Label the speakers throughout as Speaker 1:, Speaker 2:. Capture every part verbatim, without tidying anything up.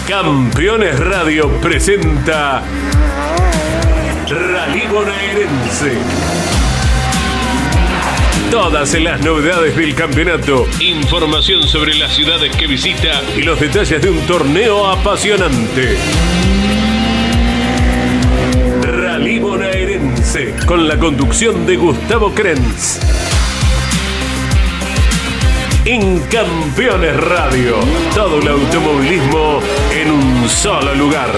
Speaker 1: Campeones Radio presenta Rally Bonaerense. Todas las novedades del campeonato, información sobre las ciudades que visita y los detalles de un torneo apasionante. Rally Bonaerense, con la conducción de Gustavo Krenz. En Campeones Radio, todo el automovilismo en un solo lugar.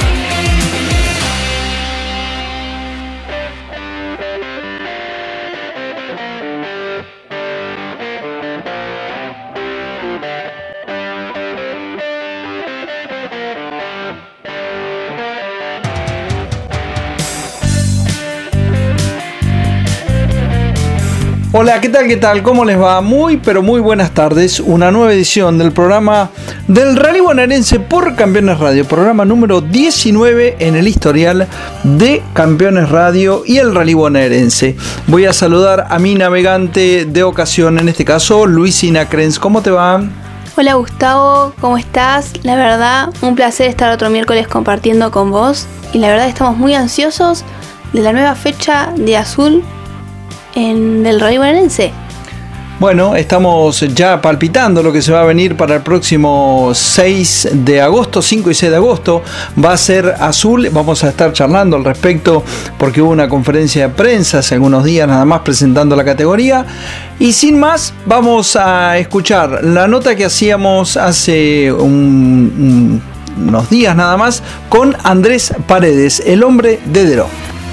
Speaker 2: Hola, ¿qué tal? ¿Qué tal? ¿Cómo les va? Muy, pero muy buenas tardes. Una nueva edición del programa del Rally Bonaerense por Campeones Radio. Programa número diecinueve en el historial de Campeones Radio y el Rally Bonaerense. Voy a saludar a mi navegante de ocasión, en este caso, Luisina Krenz. ¿Cómo te va?
Speaker 3: Hola Gustavo, ¿cómo estás? La verdad, un placer estar otro miércoles compartiendo con vos. Y la verdad estamos muy ansiosos de la nueva fecha de Azul en del Rally Bonaerense.
Speaker 2: Bueno, estamos ya palpitando lo que se va a venir para el próximo seis de agosto, cinco y seis de agosto. Va a ser Azul, vamos a estar charlando al respecto porque hubo una conferencia de prensa hace algunos días nada más presentando la categoría. Y sin más, vamos a escuchar la nota que hacíamos hace un, un, unos días nada más con Andrés Paredes, el hombre de Deró.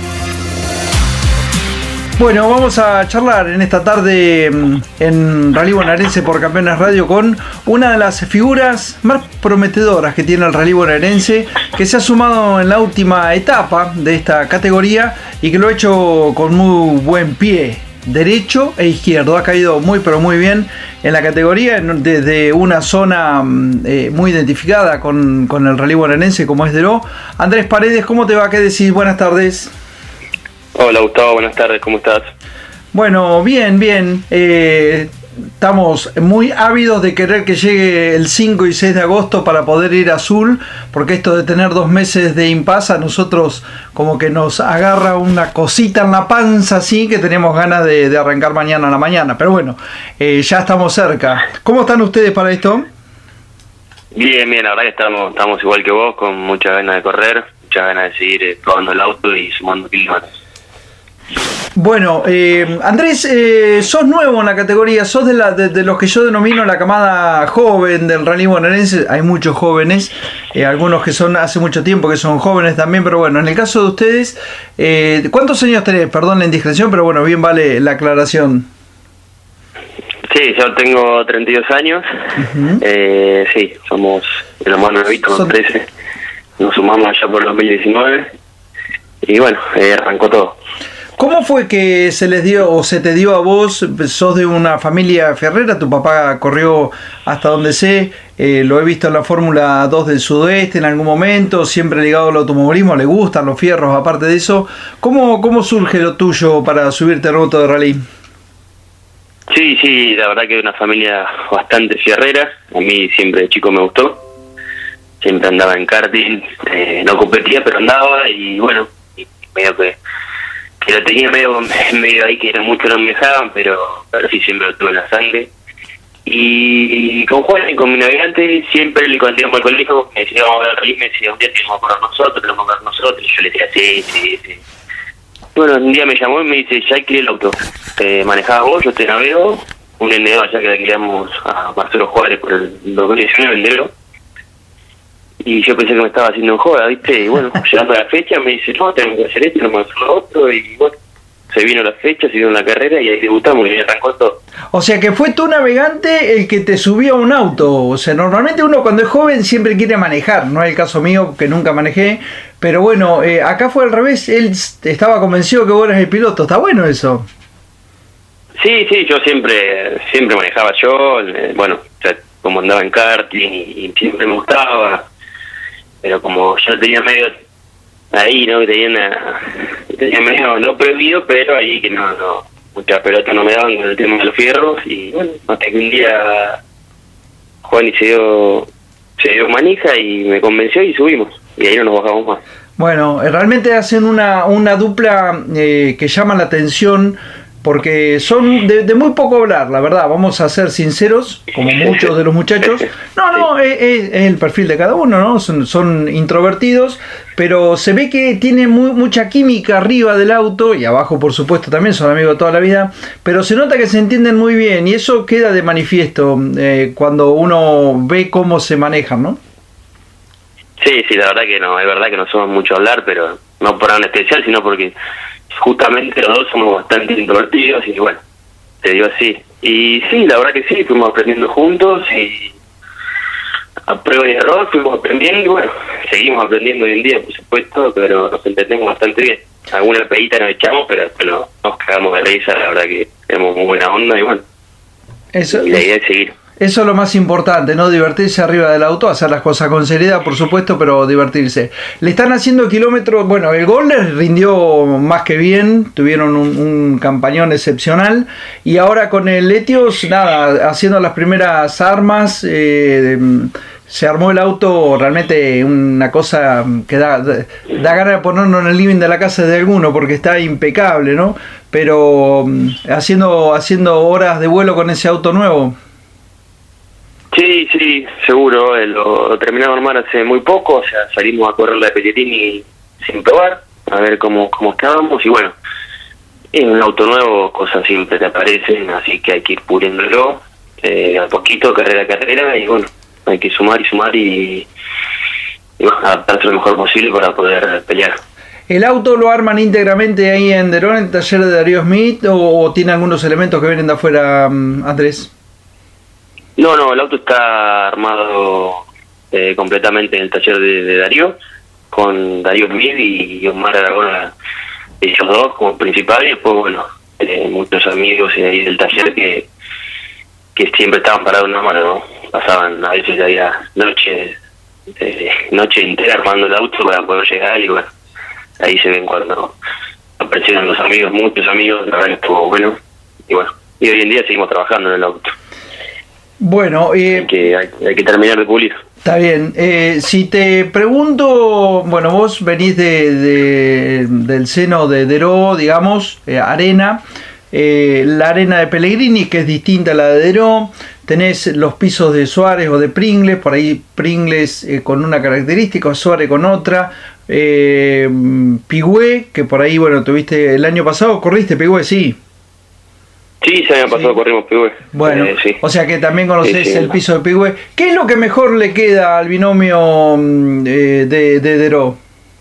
Speaker 2: Bueno, vamos a charlar en esta tarde en Rally Bonaerense por Campeones Radio con una de las figuras más prometedoras que tiene el Rally Bonaerense, que se ha sumado en la última etapa de esta categoría y que lo ha hecho con muy buen pie, derecho e izquierdo. Ha caído muy pero muy bien en la categoría desde una zona eh, muy identificada con, con el Rally Bonaerense como es Deró. Andrés Paredes, ¿cómo te va? ¿Qué decís? Buenas tardes.
Speaker 4: Hola Gustavo, buenas tardes, ¿cómo estás?
Speaker 2: Bueno, bien, bien. Eh, estamos muy ávidos de querer que llegue el cinco y seis de agosto para poder ir a Azul, porque esto de tener dos meses de impas a nosotros como que nos agarra una cosita en la panza, así que tenemos ganas de, de arrancar mañana a la mañana. Pero bueno, eh, ya estamos cerca. ¿Cómo están ustedes para esto?
Speaker 4: Bien, bien, la verdad que estamos, estamos igual que vos, con muchas ganas de correr, muchas ganas de seguir eh, probando el auto y sumando kilómetros.
Speaker 2: Bueno, eh, Andrés, eh, sos nuevo en la categoría, sos de, la, de, de los que yo denomino la camada joven del Rally Bonaerense. Hay muchos jóvenes, eh, algunos que son hace mucho tiempo que son jóvenes también, pero bueno, en el caso de ustedes, eh, ¿cuántos años tenés? Perdón la indiscreción, pero bueno, bien vale la aclaración.
Speaker 4: Sí, yo tengo treinta y dos años, uh-huh. eh, sí, somos de los más nuevitos, son trece, nos sumamos allá por dos mil diecinueve y bueno, eh, arrancó todo.
Speaker 2: ¿Cómo fue que se les dio o se te dio a vos? Sos de una familia ferrera, tu papá corrió hasta donde sé, eh, lo he visto en la Fórmula dos del Sudoeste en algún momento, siempre ligado al automovilismo, le gustan los fierros, aparte de eso. ¿Cómo, cómo surge lo tuyo para subirte al auto de rally?
Speaker 4: Sí, sí, la verdad que es una familia bastante fierrera, a mí siempre de chico me gustó, siempre andaba en karting, eh, no competía pero andaba y bueno, y medio que... que lo tenía medio, medio ahí, que era mucho no me dejaban, pero, pero sí siempre lo tuve en la sangre. Y con Juan y con mi navegante, siempre cuando íbamos al colegio, me decía, vamos a ver el rally, me decía, un día tenemos que correr nosotros, tenemos que correr nosotros, y yo le decía, sí, sí, sí. Bueno, un día me llamó y me dice, ya alquilé el auto, te manejabas vos, yo te navego, un vendedor allá que alquilamos a Marcelo Juárez por el dos mil diecinueve, vendedor. Y yo pensé que me estaba haciendo un joda, ¿viste? Y bueno, llegando a la fecha me dice, no, tenemos que hacer esto, tenemos que hacer lo otro, y bueno, se vino la fecha, se vino la carrera y ahí debutamos y arrancó todo.
Speaker 2: O sea que fue tu navegante el que te subió a un auto. O sea, normalmente uno cuando es joven siempre quiere manejar, no es el caso mío que nunca manejé, pero bueno, eh, acá fue al revés, él estaba convencido que vos eras el piloto, está bueno eso.
Speaker 4: Sí, sí, yo siempre siempre manejaba yo, eh, bueno, o sea, como andaba en karting y, y siempre me gustaba. Pero como yo tenía medio ahí, ¿no? Que tenía, una, tenía medio, no prohibido, pero ahí que no, no, muchas pelotas no me daban con el tema de los fierros. Y bueno, hasta que un día Juan y se dio, se dio manija y me convenció y subimos. Y ahí no nos bajamos más.
Speaker 2: Bueno, realmente hacen una, una dupla eh, que llama la atención porque son de, de muy poco hablar, la verdad, vamos a ser sinceros, como muchos de los muchachos. No, no, es, es el perfil de cada uno, ¿no? Son, son introvertidos, pero se ve que tienen muy, mucha química arriba del auto y abajo, por supuesto, también son amigos toda la vida, pero se nota que se entienden muy bien y eso queda de manifiesto eh, cuando uno ve cómo se manejan, ¿no?
Speaker 4: Sí, sí, la verdad que no, es verdad que no somos mucho a hablar, pero no por nada en especial, sino porque justamente los dos somos bastante introvertidos y bueno, te digo así. Y sí, la verdad que sí, fuimos aprendiendo juntos y a prueba y error fuimos aprendiendo y bueno, seguimos aprendiendo hoy en día, por supuesto, pero nos entendemos bastante bien. Alguna pedita nos echamos, pero después no, nos cagamos de risa, la verdad que tenemos muy buena onda y bueno,
Speaker 2: eso,
Speaker 4: y la idea es seguir.
Speaker 2: Eso es lo más importante, ¿no? Divertirse arriba del auto, hacer las cosas con seriedad, por supuesto, pero divertirse. Le están haciendo kilómetros, bueno, el gol les rindió más que bien, tuvieron un, un campañón excepcional, y ahora con el Etios, nada, haciendo las primeras armas, eh, se armó el auto, realmente una cosa que da, da ganas de ponerlo en el living de la casa de alguno, porque está impecable, ¿no? Pero haciendo, haciendo horas de vuelo con ese auto nuevo.
Speaker 4: Sí, sí, seguro, eh, lo, lo terminamos de armar hace muy poco, o sea, salimos a correr la de Pellegrini sin probar, a ver cómo, cómo estábamos, y bueno, en un auto nuevo cosas siempre te aparecen, así que hay que ir puliéndolo, eh, a poquito, carrera a carrera, y bueno, hay que sumar y sumar y, y bueno, adaptarse lo mejor posible para poder pelear.
Speaker 2: ¿El auto lo arman íntegramente ahí en Deró, en el taller de Darío Smith, o, o tiene algunos elementos que vienen de afuera, Andrés?
Speaker 4: No, no, el auto está armado eh, completamente en el taller de, de Darío, con Darío Smith y Omar Aragona, ellos dos como principales, y después, bueno, eh, muchos amigos de ahí del taller que, que siempre estaban parados en una mano, ¿no? Pasaban, a veces había noche, eh, noche entera armando el auto para poder llegar, y bueno, ahí se ven cuando aparecieron los amigos, muchos amigos, la verdad que estuvo bueno, y bueno, y hoy en día seguimos trabajando en el auto.
Speaker 2: Bueno, eh,
Speaker 4: hay, que, hay, hay que terminar de pulir.
Speaker 2: Está bien. Eh, si te pregunto, bueno, vos venís de, de del seno de Deró, digamos, eh, arena, eh, la arena de Pellegrini, que es distinta a la de Deró, tenés los pisos de Suárez o de Pringles, por ahí Pringles eh, con una característica, Suárez con otra, eh, Pigüé, que por ahí, bueno, tuviste el año pasado, corriste Pigüé, sí.
Speaker 4: Sí, se me ha pasado, sí. Corrimos Pigüé.
Speaker 2: Bueno, eh, sí. O sea que también conocés sí, sí. el piso de Pigüé. ¿Qué es lo que mejor le queda al binomio eh, de, de Deró?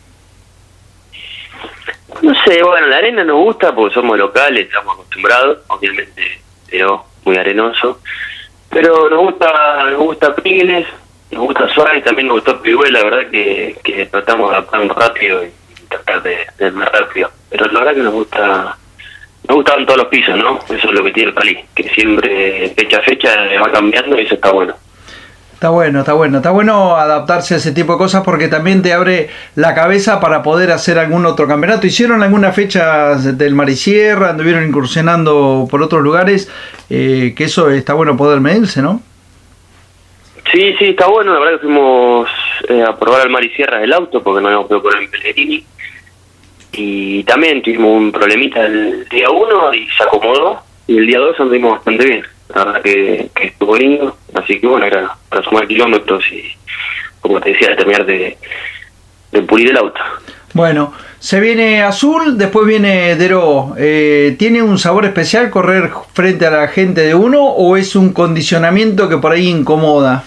Speaker 4: No sé, bueno, la arena nos gusta porque somos locales, estamos acostumbrados. Obviamente Deró muy arenoso. Pero nos gusta nos gusta Pringles, nos gusta Suárez, también nos gustó Pigüé. La verdad que, que tratamos de adaptarnos rápido y tratar de, de más rápido. Pero la verdad que nos gusta... Me gustaban todos los pisos, ¿no? Eso es lo que tiene el Palí, que siempre fecha a fecha va cambiando y eso está bueno.
Speaker 2: Está bueno, está bueno. Está bueno adaptarse a ese tipo de cosas porque también te abre la cabeza para poder hacer algún otro campeonato. ¿Hicieron alguna fecha del Marisierra? ¿Anduvieron incursionando por otros lugares? Eh, que eso está bueno poder medirse, ¿no?
Speaker 4: Sí, sí, está bueno. La verdad que fuimos eh, a probar al Marisierra del auto porque no habíamos podido poner en Pellegrini. Y también tuvimos un problemita el día uno y se acomodó, y el día dos anduvimos bastante bien, la verdad que, que estuvo lindo, así que bueno, era para sumar kilómetros y, como te decía, terminar de, de pulir el auto.
Speaker 2: Bueno, se viene Azul, después viene Deró. Eh, ¿Tiene un sabor especial correr frente a la gente de uno o es un condicionamiento que por ahí incomoda?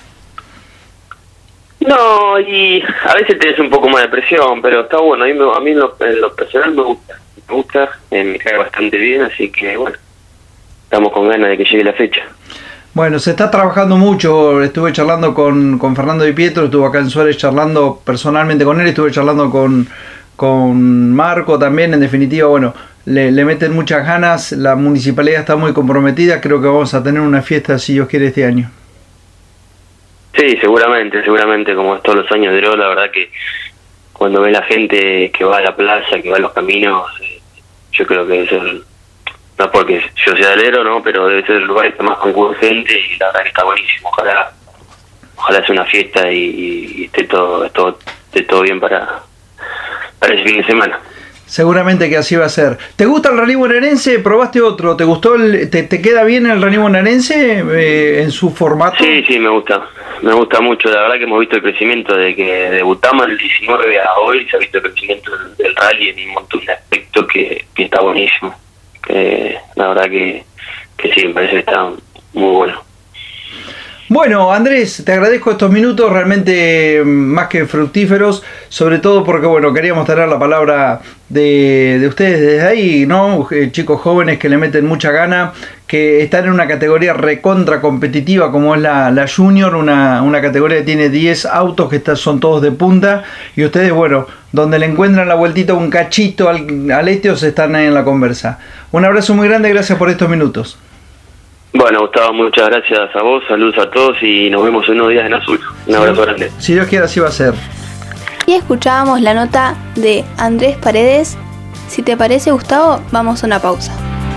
Speaker 4: No, y a veces tenés un poco más de presión, pero está bueno. A mí, me, a mí en, lo, en lo personal me gusta, me gusta, eh, me cae bastante bien, así que bueno, estamos con ganas de que llegue la fecha.
Speaker 2: Bueno, se está trabajando mucho, estuve charlando con, con Fernando Di Pietro, estuve acá en Suárez charlando personalmente con él, estuve charlando con, con Marco también, en definitiva, bueno, le, le meten muchas ganas, la municipalidad está muy comprometida, creo que vamos a tener una fiesta, si Dios quiere, este año.
Speaker 4: Sí, seguramente, seguramente, como todos los años de Deró, la verdad que cuando ve la gente que va a la plaza, que va a los caminos, eh, yo creo que debe ser, no porque yo sea alero, ¿no? Pero debe ser el lugar que está más concurrente y la verdad que está buenísimo. Ojalá, ojalá sea una fiesta y, y esté todo, todo, esté todo bien para, para ese fin de semana.
Speaker 2: Seguramente que así va a ser. ¿Te gusta el rally bonaerense? ¿Probaste otro? ¿Te gustó? El, te, ¿Te queda bien el rally bonaerense eh, en su formato?
Speaker 4: Sí, sí, me gusta. Me gusta mucho. La verdad que hemos visto el crecimiento de que debutamos en el diecinueve a hoy. Se ha visto el crecimiento del, del rally en un montón de aspectos que, que está buenísimo. Que, la verdad que, que sí, me parece que está muy bueno.
Speaker 2: Bueno, Andrés, te agradezco estos minutos realmente más que fructíferos, sobre todo porque, bueno, queríamos tener la palabra de, de ustedes desde ahí, ¿no? Chicos jóvenes que le meten mucha gana, que están en una categoría recontra competitiva como es la, la Junior, una, una categoría que tiene diez autos que están, son todos de punta, y ustedes, bueno, donde le encuentran la vueltita un cachito al, al Etios, están ahí en la conversa. Un abrazo muy grande, gracias por estos minutos.
Speaker 4: Bueno, Gustavo, muchas gracias a vos, saludos a todos y nos vemos en unos días en Azul. Un abrazo grande.
Speaker 2: Si Dios quiere, así va a ser.
Speaker 3: Y escuchábamos la nota de Andrés Paredes. Si te parece, Gustavo, vamos a una pausa.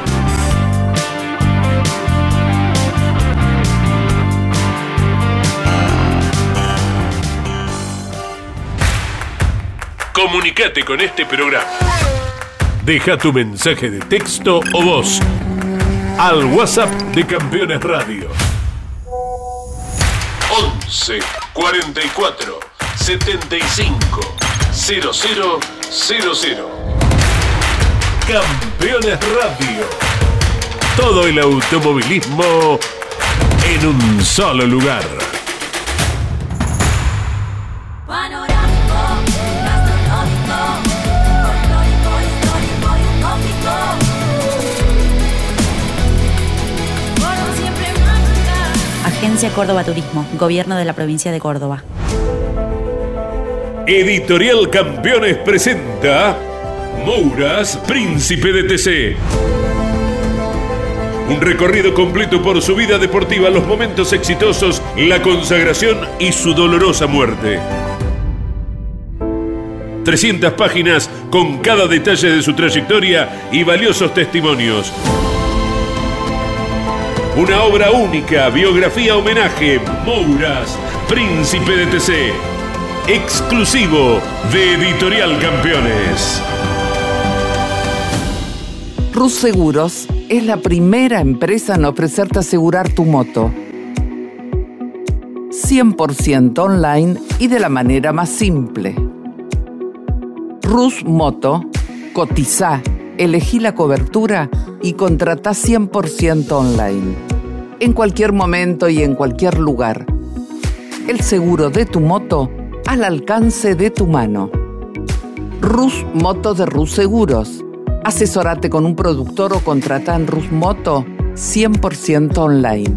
Speaker 1: Comunicate con este programa. Deja tu mensaje de texto o voz al WhatsApp de Campeones Radio. once cuarenta y cuatro setenta y cinco cero cero cero cero. Campeones Radio. Todo el automovilismo en un solo lugar.
Speaker 5: Agencia Córdoba Turismo, Gobierno de la Provincia de Córdoba.
Speaker 1: Editorial Campeones presenta Mouras, Príncipe de T C. Un recorrido completo por su vida deportiva, los momentos exitosos, la consagración y su dolorosa muerte. trescientas páginas con cada detalle de su trayectoria y valiosos testimonios. Una obra única, biografía homenaje, Mouras, Príncipe de T C. Exclusivo de Editorial Campeones.
Speaker 6: Rus Seguros es la primera empresa en ofrecerte asegurar tu moto. cien por ciento online y de la manera más simple. Rus Moto, cotizá, elegí la cobertura y contratá cien por ciento online. En cualquier momento y en cualquier lugar. El seguro de tu moto al alcance de tu mano. Rus Moto de Rus Seguros. Asesorate con un productor o contrata en Rus Moto cien por ciento online.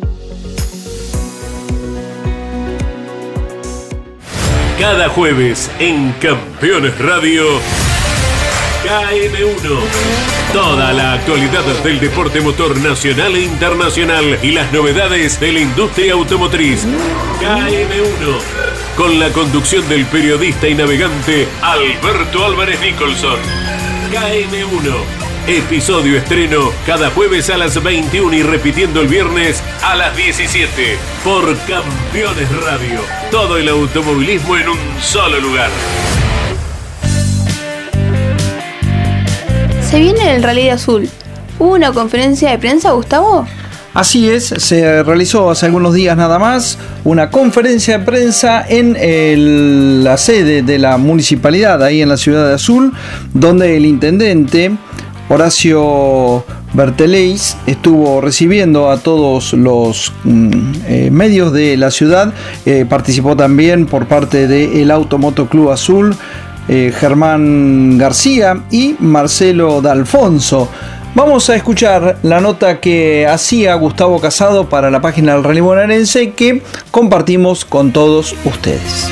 Speaker 1: Cada jueves en Campeones Radio, K M uno. Toda la actualidad del deporte motor nacional e internacional y las novedades de la industria automotriz. K M uno. Con la conducción del periodista y navegante Alberto Álvarez Nicholson. K M uno. Episodio estreno cada jueves a las veintiuna y repitiendo el viernes a las diecisiete. Por Campeones Radio. Todo el automovilismo en un solo lugar.
Speaker 3: Se viene el Rally de Azul. ¿Hubo una conferencia de prensa, Gustavo?
Speaker 2: Así es, se realizó hace algunos días nada más una conferencia de prensa en el, la sede de la municipalidad, ahí en la ciudad de Azul, donde el intendente Horacio Berteleis estuvo recibiendo a todos los mm, eh, medios de la ciudad. Eh, participó también por parte del Automoto Club Azul eh, Germán García y Marcelo D'Alfonso. Vamos a escuchar la nota que hacía Gustavo Casado para la página del Rally Bonaerense, que compartimos con todos ustedes.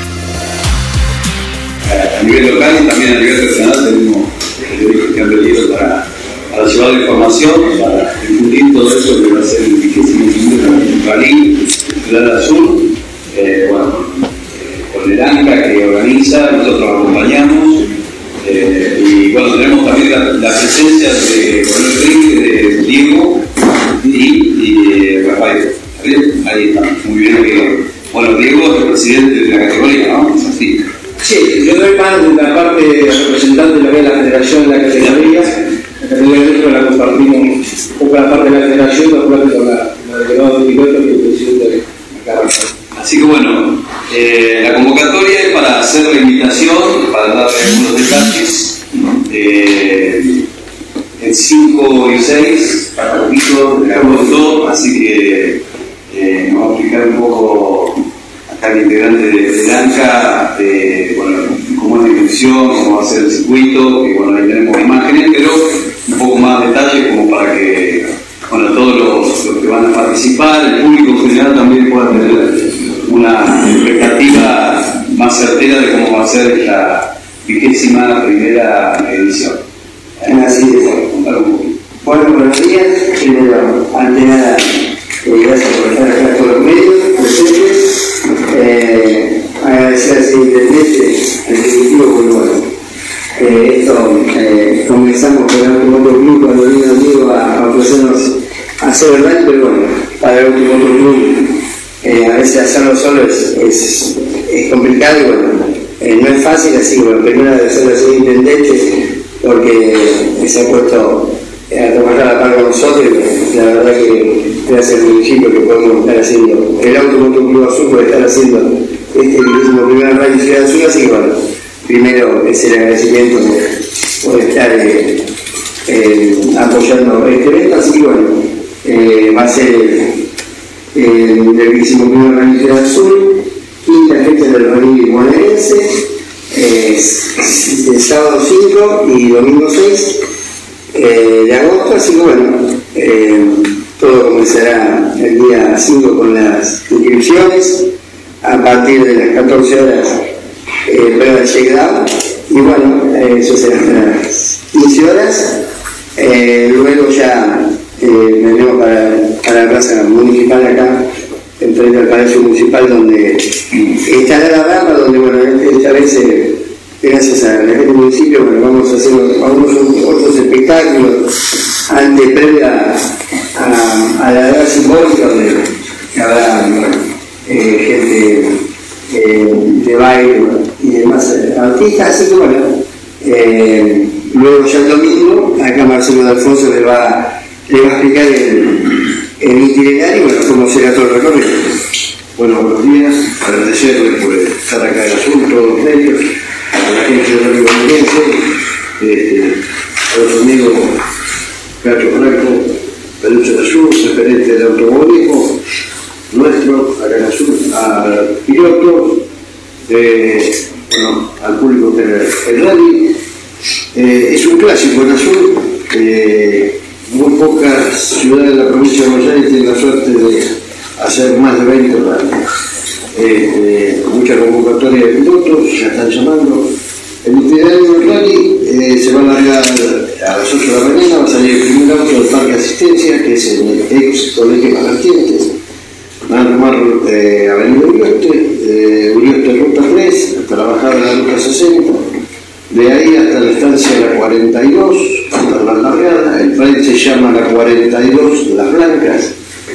Speaker 7: A nivel local y también a nivel regional tenemos periodistas que han venido para, para llevar la información, para difundir todo eso que va a ser el vigésimo quinto Rally Ciudad Azul. Eh, bueno, eh, con el ANCA que organiza, nosotros lo acompañamos. Eh, y bueno, tenemos también la, la presencia de Manuel de Diego y, y de Rafael. Ahí está, muy bien que Bueno, Diego es el presidente de la categoría, ¿no? Es así.
Speaker 8: Sí, yo doy más de la parte representante de lo que es la federación de la categoría. La categoría de dentro la compartimos un poco la parte de la federación, la parte con la, la delegada de piloto y el presidente de la carrera.
Speaker 7: Así que bueno, eh, la convocatoria es para hacer la invitación, para darle algunos detalles. Eh, el cinco y seis, para poquito, de la Córdoba, así que eh, nos va a explicar un poco acá el integrante de, de Lanca, de, bueno, cómo es la inscripción, cómo va a ser el circuito, que bueno, ahí tenemos imágenes, pero un poco más de detalles como para que bueno, todos los, los que van a participar, el público en general también pueda tener una expectativa más certera de cómo va a ser la vigésima primera edición.
Speaker 8: Así es.
Speaker 7: Contar un poquito.
Speaker 8: Bueno, buenos días. Primero, antes de nada, eh, gracias por estar acá con los medios presentes. Eh, agradecer al señor intendente, al ejecutivo, bueno, bueno. Eh, esto eh, comenzamos con el Automotor Club cuando vino Diego a, a ofrecernos hacer el rally, pero bueno, para el Automotor Club eh, a veces hacerlo solo es, es, es complicado y bueno, eh, no es fácil, así que bueno, primero agradecer al señor intendente porque se ha puesto a trabajar a la par con nosotros y la verdad que gracias al municipio que podemos estar haciendo, el Automotor Club Azul puede estar haciendo este último primer rally Ciudad Azul, así que bueno, primero es el agradecimiento por, por estar eh, eh, apoyando este evento, así que bueno, eh, va a ser el vigésimo primer rally Ciudad Azul y la fecha del rally bonaerense es el sábado cinco y domingo seis eh, de agosto, así que bueno, eh, todo comenzará el día cinco con las inscripciones a partir de las catorce horas. Eh, prueba de llegada y bueno, eh, eso será hasta las quince horas. Eh, luego ya eh, venimos para, para la plaza municipal acá, enfrente al Palacio Municipal, donde estará la rampa, donde bueno, esta vez eh, gracias a la gente del municipio, bueno, vamos a hacer algunos otros espectáculos antes previa a, a la edad simbólica, donde habrá bueno, eh, gente eh, de baile y demás eh, artistas, así que bueno, eh, luego ya el domingo, acá Marcelo de Alfonso le va, le va a explicar el, el itinerario y bueno, cómo será todo el recorrido.
Speaker 9: Bueno, buenos días, agradecerles por estar acá en Azul, todos los medios, a la gente de Río Bonaerense, este, a los amigos Cacho Franco, Peluche de Azul, referente del automovilismo nuestro, acá en Azul, a pilotos, eh, bueno, al público que el rally eh, es un clásico en Azul. Eh, muy pocas ciudades de la provincia de Buenos Aires tienen la suerte de hacer más de veinte rallies. Eh, eh, mucha convocatoria de pilotos, ya están llamando. El itinerario del rally eh, se va a largar a las ocho de la mañana, va a salir el primer auto del Parque Asistencia, que es el ex Colegio Manantientes. Van a tomar eh, Avenida Urioste, eh, Urioste Ruta tres, hasta la bajada de la Ruta sesenta, de ahí hasta la estancia la cuarenta y dos, hasta la largada. El rally se llama la cuarenta y dos Las Blancas.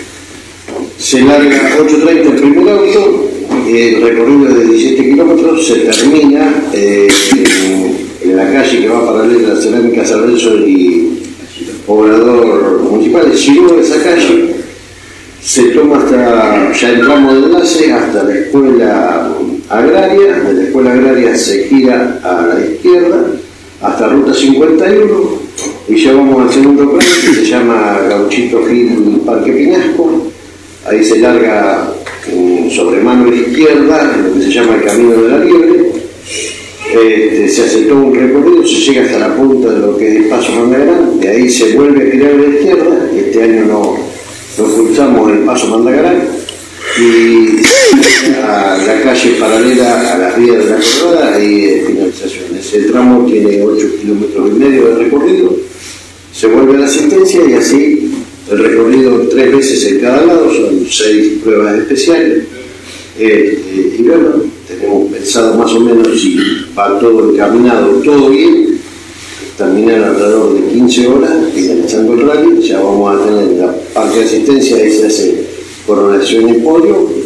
Speaker 9: Se larga ocho treinta el primer auto, el recorrido de diecisiete kilómetros, se termina eh, en, en la calle que va paralela a la Cerámica Sardelso y Obrador Municipal, si luego de esa calle se toma hasta ya el tramo de enlace hasta la escuela agraria, de la escuela agraria se gira a la izquierda hasta Ruta cincuenta y uno y ya vamos al segundo plano que se llama Gauchito Gil Parque Pinasco. Ahí se larga um, sobre mano a la izquierda, en lo que se llama el Camino de la Liebre. Este, se hace todo un recorrido, se llega hasta la punta de lo que es el Paso Mandagarán, de ahí se vuelve a girar a la izquierda, y este año no, no cruzamos el Paso Mandagarán, y a la calle paralela a las vías de la Colorada, ahí es finalización. Ese tramo tiene ocho kilómetros y medio de recorrido, se vuelve a la asistencia y así el recorrido tres veces en cada lado, son seis pruebas especiales. Eh, eh, y bueno, tenemos pensado más o menos, si va todo encaminado, todo bien, terminar alrededor de quince horas, finalizando el rally. Ya vamos a tener la parte de asistencia, ahí se hace coronación y podio,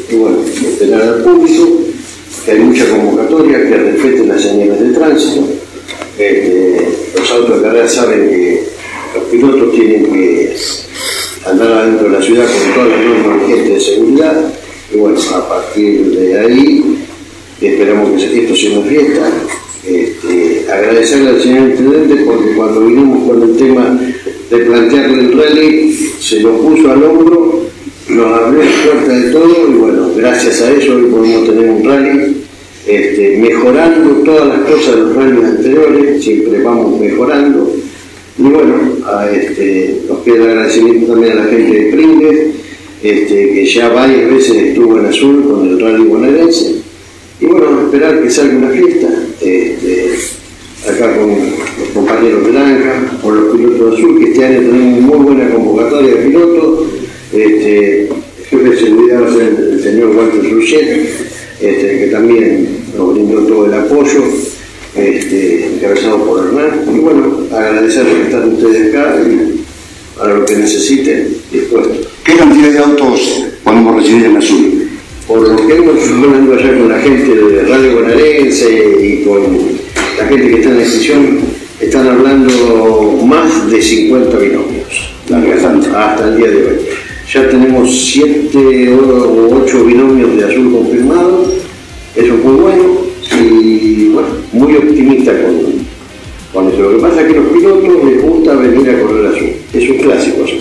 Speaker 9: y bueno, esperar al público, que hay mucha convocatoria, que respeten las señales de tránsito. Eh, los autos de carrera saben que los pilotos tienen que andar adentro de la ciudad con todas las normas vigentes de seguridad, y bueno, a partir de ahí esperamos que esto sea una fiesta. Este, agradecerle al señor intendente porque cuando vinimos con el tema de plantearle el rally se lo puso al hombro, nos abrió la puerta de todo y bueno, gracias a eso hoy podemos tener un rally este, mejorando todas las cosas de los rallies anteriores, siempre vamos mejorando y bueno, a, este, nos queda el agradecimiento también a la gente de Pringles, este, que ya varias veces estuvo en Azul con el rally bonaerense. Y bueno, esperar que salga una fiesta, este, acá con los compañeros de Blanca, con los pilotos de Azul, que este año tenemos muy buena convocatoria de pilotos. Este, el jefe de seguridad va a ser el señor Walter Ruchet, este, que también nos brindó todo el apoyo, este, encabezado por Hernán. Y bueno, agradecerles que están ustedes acá y para lo que necesiten, dispuestos.
Speaker 10: ¿Qué cantidad de autos podemos recibir en Azul?
Speaker 9: Por lo que hemos hablando allá con la gente de Radio Bonaerense y con la gente que está en la decisión, están hablando más de cincuenta binomios hasta el día de hoy. Ya tenemos siete o ocho binomios de Azul confirmados, eso es muy bueno y bueno, muy optimista con, con eso. Lo que pasa es que a los pilotos les gusta venir a correr Azul, es un clásico Azul.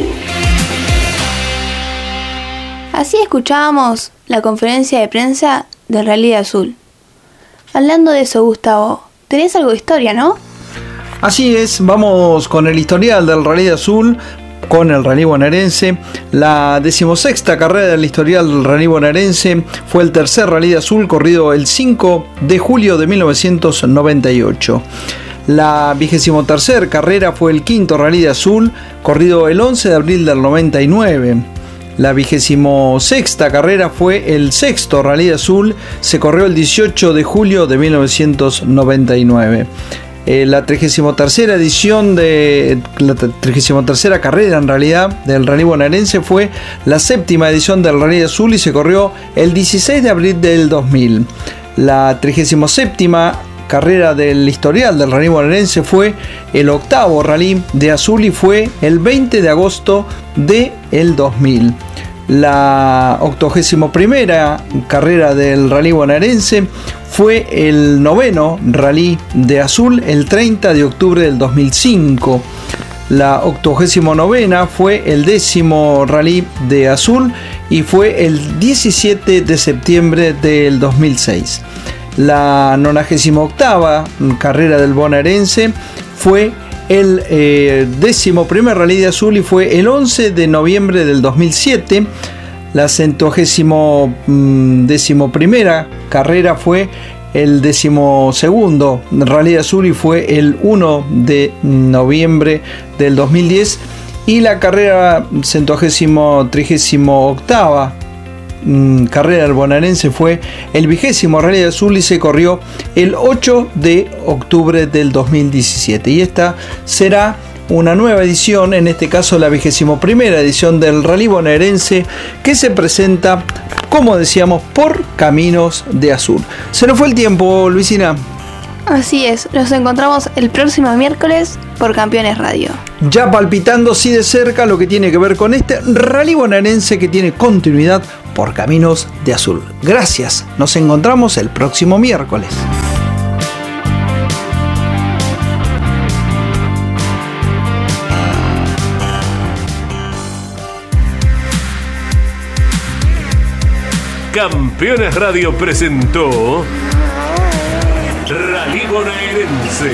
Speaker 3: Así escuchábamos la conferencia de prensa del Rally de Azul. Hablando de eso, Gustavo, tenés algo de historia, ¿no?
Speaker 2: Así es, vamos con el historial del Rally de Azul, con el Rally bonaerense. La decimosexta carrera del historial del Rally bonaerense fue el tercer Rally de Azul, corrido el cinco de julio de mil novecientos noventa y ocho. La vigésimo tercera carrera fue el quinto Rally de Azul, corrido el once de abril del noventa y nueve. La vigésimo sexta carrera fue el sexto Rally de Azul, se corrió el dieciocho de julio de mil novecientos noventa y nueve. Eh, la trigésima tercera edición de la trigésima tercera carrera en realidad del Rally bonaerense fue la séptima edición del Rally de Azul y se corrió el dieciséis de abril del dos mil. La trigésima séptima carrera del historial del Rally bonaerense fue el octavo Rally de Azul y fue el veinte de agosto del dos mil. La octogésima primera carrera del Rally bonaerense fue el noveno Rally de Azul el treinta de octubre del dos mil cinco. La octogésima novena fue el décimo Rally de Azul y fue el diecisiete de septiembre del dos mil seis. La nonagésima octava carrera del bonaerense fue el eh, décimo primer Rally de Azul y fue el once de noviembre del dos mil siete. La centogésimo mm, décimo primera carrera fue el décimo segundo Rally de Azul y fue el uno de noviembre del dos mil diez. Y la carrera centogésimo trigésimo octava carrera del bonaerense fue el vigésimo Rally de Azul y se corrió el ocho de octubre del dos mil diecisiete. Y esta será una nueva edición, en este caso la vigésimo primera edición del Rally bonaerense, que se presenta, como decíamos, por Caminos de Azul. Se nos fue el tiempo, Luisina.
Speaker 3: Así es, nos encontramos el próximo miércoles por Campeones Radio.
Speaker 2: Ya palpitando sí de cerca lo que tiene que ver con este Rally bonaerense que tiene continuidad por Caminos de Azul. Gracias, nos encontramos el próximo miércoles.
Speaker 1: Campeones Radio presentó Rally bonaerense.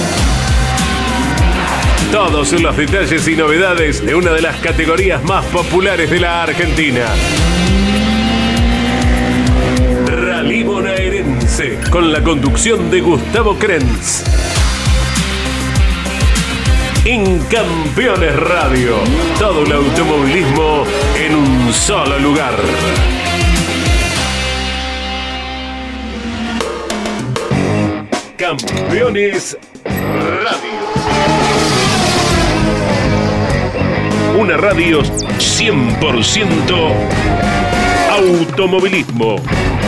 Speaker 1: Todos los detalles y novedades de una de las categorías más populares de la Argentina. Rally bonaerense, con la conducción de Gustavo Krenz. En Campeones Radio, todo el automovilismo en un solo lugar. Campeones Radio. Una radio cien por ciento automovilismo.